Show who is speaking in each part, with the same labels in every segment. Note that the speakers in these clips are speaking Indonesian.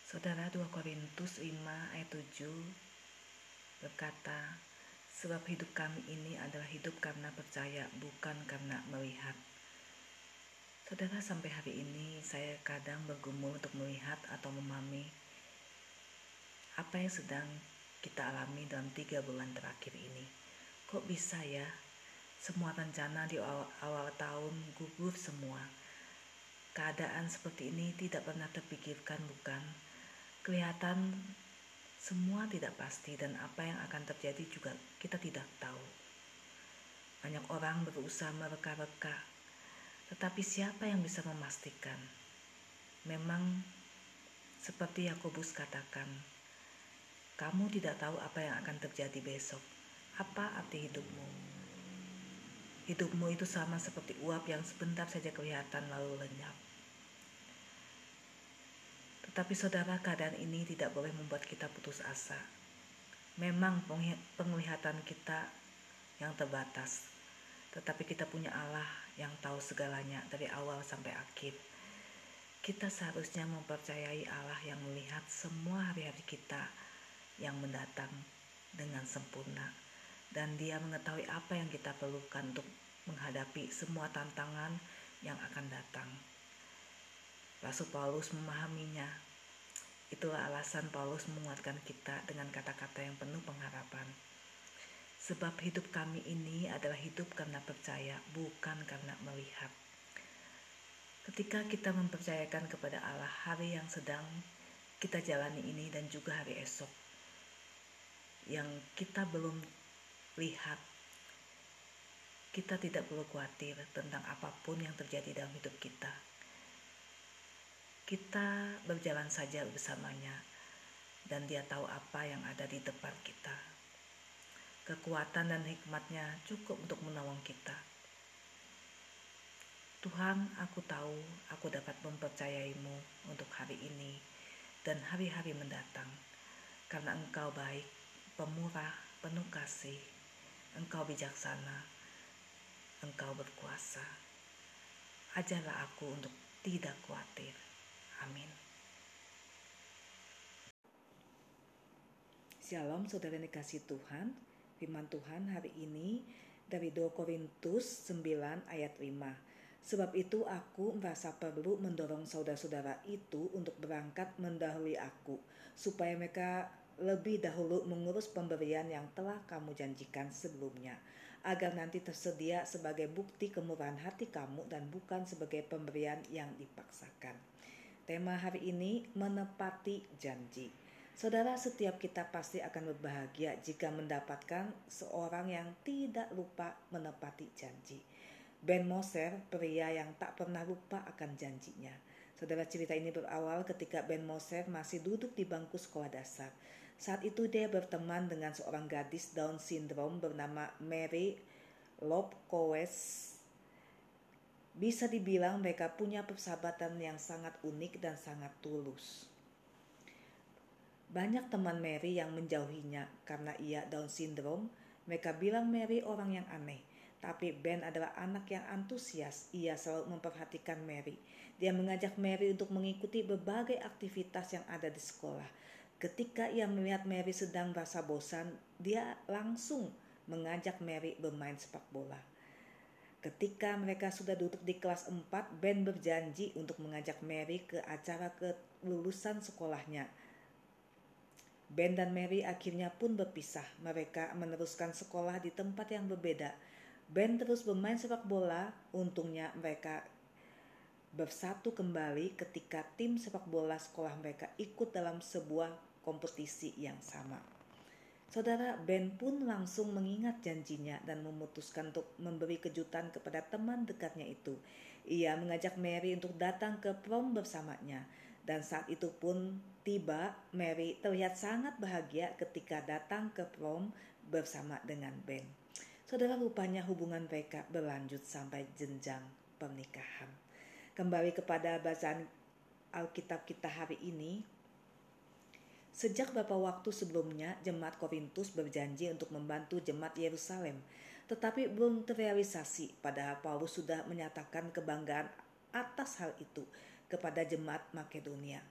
Speaker 1: Saudara, 2 Korintus 5 ayat 7 berkata, sebab hidup kami ini adalah hidup karena percaya, bukan karena melihat. Saudara, sampai hari ini saya kadang bergumul untuk melihat atau memahami apa yang sedang kita alami dalam 3 bulan terakhir ini. Kok bisa ya? Semua rencana di awal tahun gugur semua. Keadaan seperti ini tidak pernah terpikirkan, bukan? Kelihatan semua tidak pasti dan apa yang akan terjadi juga kita tidak tahu. Banyak orang berusaha mereka-reka, tetapi siapa yang bisa memastikan? Memang seperti Yakobus katakan, kamu tidak tahu apa yang akan terjadi besok. Apa arti hidupmu? Hidupmu itu sama seperti uap yang sebentar saja kelihatan lalu lenyap. Tetapi saudara, keadaan ini tidak boleh membuat kita putus asa. Memang penglihatan kita yang terbatas, tetapi kita punya Allah yang tahu segalanya dari awal sampai akhir. Kita seharusnya mempercayai Allah yang melihat semua hari-hari kita yang mendatang dengan sempurna, dan Dia mengetahui apa yang kita perlukan untuk menghadapi semua tantangan yang akan datang. Rasul Paulus memahaminya. Itulah alasan Paulus menguatkan kita dengan kata-kata yang penuh pengharapan. Sebab hidup kami ini adalah hidup karena percaya, bukan karena melihat. Ketika kita mempercayakan kepada Allah hari yang sedang kita jalani ini dan juga hari esok yang kita belum lihat, kita tidak perlu khawatir tentang apapun yang terjadi dalam hidup kita. Kita berjalan saja bersamanya dan Dia tahu apa yang ada di depan kita. Kekuatan dan hikmat-Nya cukup untuk menolong kita. Tuhan, aku tahu aku dapat mempercayai-Mu untuk hari ini dan hari-hari mendatang, karena Engkau baik, pemurah, penuh kasih, Engkau bijaksana, Engkau berkuasa. Ajarlah aku untuk tidak khawatir. Amin. Shalom saudara dikasih Tuhan. Firman Tuhan hari ini dari 2 Korintus 9 ayat 5. Sebab itu aku merasa perlu mendorong saudara-saudara itu untuk berangkat mendahului aku, supaya mereka lebih dahulu mengurus pemberian yang telah kamu janjikan sebelumnya, agar nanti tersedia sebagai bukti kemurahan hati kamu dan bukan sebagai pemberian yang dipaksakan. Tema hari ini, menepati janji. Saudara, setiap kita pasti akan berbahagia jika mendapatkan seorang yang tidak lupa menepati janji. Ben Moser, pria yang tak pernah lupa akan janjinya. Saudara, cerita ini berawal ketika Ben Moser masih duduk di bangku sekolah dasar. Saat itu dia berteman dengan seorang gadis Down syndrome bernama Mary Lobkowicz. Bisa dibilang mereka punya persahabatan yang sangat unik dan sangat tulus. Banyak teman Mary yang menjauhinya karena ia Down syndrome. Mereka bilang Mary orang yang aneh. Tapi Ben adalah anak yang antusias. Ia selalu memperhatikan Mary. Dia mengajak Mary untuk mengikuti berbagai aktivitas yang ada di sekolah. Ketika ia melihat Mary sedang merasa bosan, dia langsung mengajak Mary bermain sepak bola. Ketika mereka sudah duduk di kelas 4, Ben berjanji untuk mengajak Mary ke acara kelulusan sekolahnya. Ben dan Mary akhirnya pun berpisah. Mereka meneruskan sekolah di tempat yang berbeda. Ben terus bermain sepak bola. Untungnya mereka bersatu kembali ketika tim sepak bola sekolah mereka ikut dalam sebuah kompetisi yang sama. Saudara, Ben pun langsung mengingat janjinya dan memutuskan untuk memberi kejutan kepada teman dekatnya itu. Ia mengajak Mary untuk datang ke prom bersamanya. Dan saat itu pun tiba, Mary terlihat sangat bahagia ketika datang ke prom bersama dengan Ben. Saudara, rupanya hubungan mereka berlanjut sampai jenjang pernikahan. Kembali kepada bacaan Alkitab kita hari ini. Sejak beberapa waktu sebelumnya, jemaat Korintus berjanji untuk membantu jemaat Yerusalem, tetapi belum terrealisasi, padahal Paulus sudah menyatakan kebanggaan atas hal itu kepada jemaat Makedonia.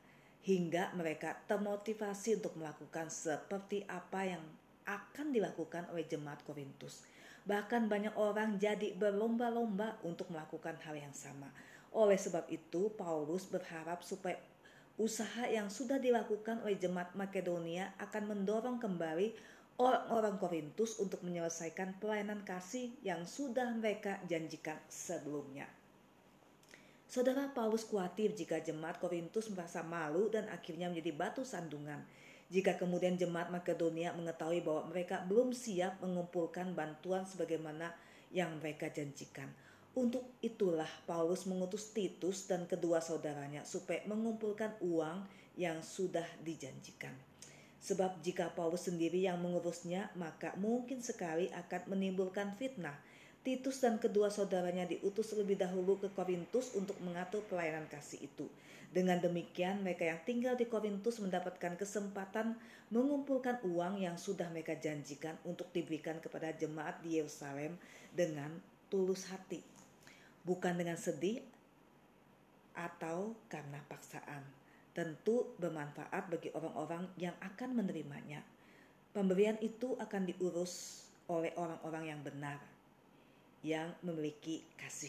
Speaker 1: hingga mereka termotivasi untuk melakukan seperti apa yang akan dilakukan oleh jemaat Korintus. Bahkan banyak orang jadi berlomba-lomba untuk melakukan hal yang sama. Oleh sebab itu, Paulus berharap supaya usaha yang sudah dilakukan oleh jemaat Makedonia akan mendorong kembali orang-orang Korintus untuk menyelesaikan pelayanan kasih yang sudah mereka janjikan sebelumnya. Saudara, Paulus khawatir jika jemaat Korintus merasa malu dan akhirnya menjadi batu sandungan. Jika kemudian jemaat Makedonia mengetahui bahwa mereka belum siap mengumpulkan bantuan sebagaimana yang mereka janjikan. Untuk itulah Paulus mengutus Titus dan kedua saudaranya supaya mengumpulkan uang yang sudah dijanjikan. Sebab jika Paulus sendiri yang mengurusnya, maka mungkin sekali akan menimbulkan fitnah. Titus dan kedua saudaranya diutus lebih dahulu ke Korintus untuk mengatur pelayanan kasih itu. Dengan demikian, mereka yang tinggal di Korintus mendapatkan kesempatan mengumpulkan uang yang sudah mereka janjikan untuk diberikan kepada jemaat di Yerusalem dengan tulus hati, bukan dengan sedih atau karena paksaan. Tentu bermanfaat bagi orang-orang yang akan menerimanya. Pemberian itu akan diurus oleh orang-orang yang benar, yang memiliki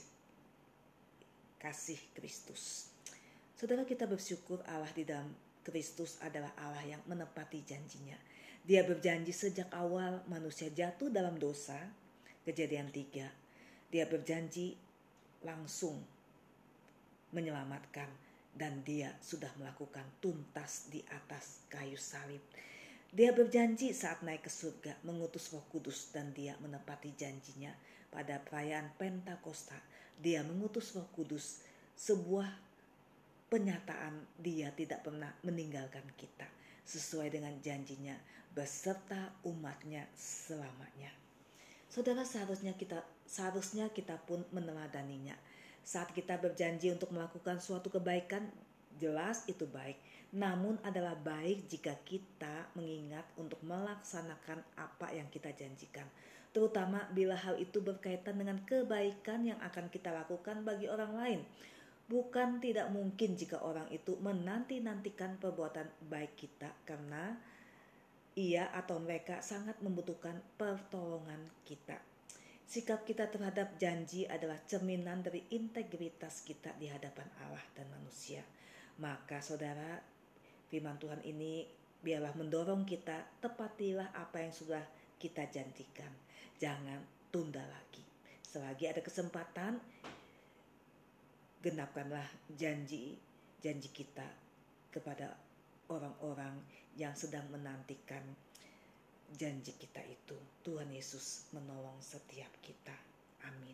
Speaker 1: kasih Kristus. Saudara, kita bersyukur Allah di dalam Kristus adalah Allah yang menepati janjinya. Dia berjanji sejak awal manusia jatuh dalam dosa, Kejadian 3. Dia berjanji langsung menyelamatkan, dan dia sudah melakukan tuntas di atas kayu salib. Dia berjanji saat naik ke surga mengutus Roh Kudus, dan dia menepati janjinya pada perayaan Pentakosta. Dia mengutus Roh Kudus, sebuah penyataan dia tidak pernah meninggalkan kita, sesuai dengan janjinya beserta umatnya selamanya. Saudara, seharusnya kita pun meneladaninya. Saat kita berjanji untuk melakukan suatu kebaikan, jelas itu baik. Namun adalah baik jika kita mengingat untuk melaksanakan apa yang kita janjikan. Terutama bila hal itu berkaitan dengan kebaikan yang akan kita lakukan bagi orang lain. Bukan tidak mungkin jika orang itu menanti-nantikan perbuatan baik kita karena ia atau mereka sangat membutuhkan pertolongan kita. Sikap kita terhadap janji adalah cerminan dari integritas kita di hadapan Allah dan manusia. Maka saudara, firman Tuhan ini biarlah mendorong kita, tepatilah apa yang sudah kita janjikan. Jangan tunda lagi. Selagi ada kesempatan, genapkanlah janji kita kepada orang-orang yang sedang menantikan janji kita itu. Tuhan Yesus menolong setiap kita. Amin.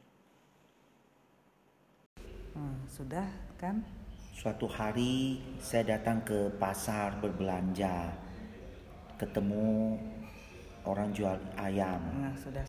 Speaker 1: Sudah kan?
Speaker 2: Suatu hari saya datang ke pasar berbelanja, ketemu orang jual ayam.
Speaker 1: Sudah